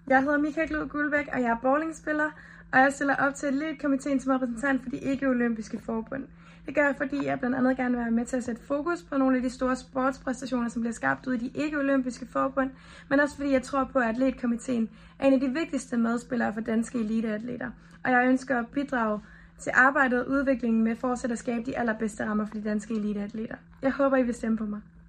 Jeg hedder Michael Glud Guldbæk, og jeg er bowlingspiller, og jeg stiller op til elitekomiteen som repræsentant for de ikke-olympiske forbund. Det gør jeg, fordi jeg blandt andet gerne vil være med til at sætte fokus på nogle af de store sportspræstationer, som bliver skabt ud i de ikke-olympiske forbund, men også fordi jeg tror på, at atletkomiteen er en af de vigtigste medspillere for danske eliteatleter. Og jeg ønsker at bidrage til arbejdet og udviklingen med fortsat at skabe de allerbedste rammer for de danske eliteatleter. Jeg håber, I vil stemme på mig.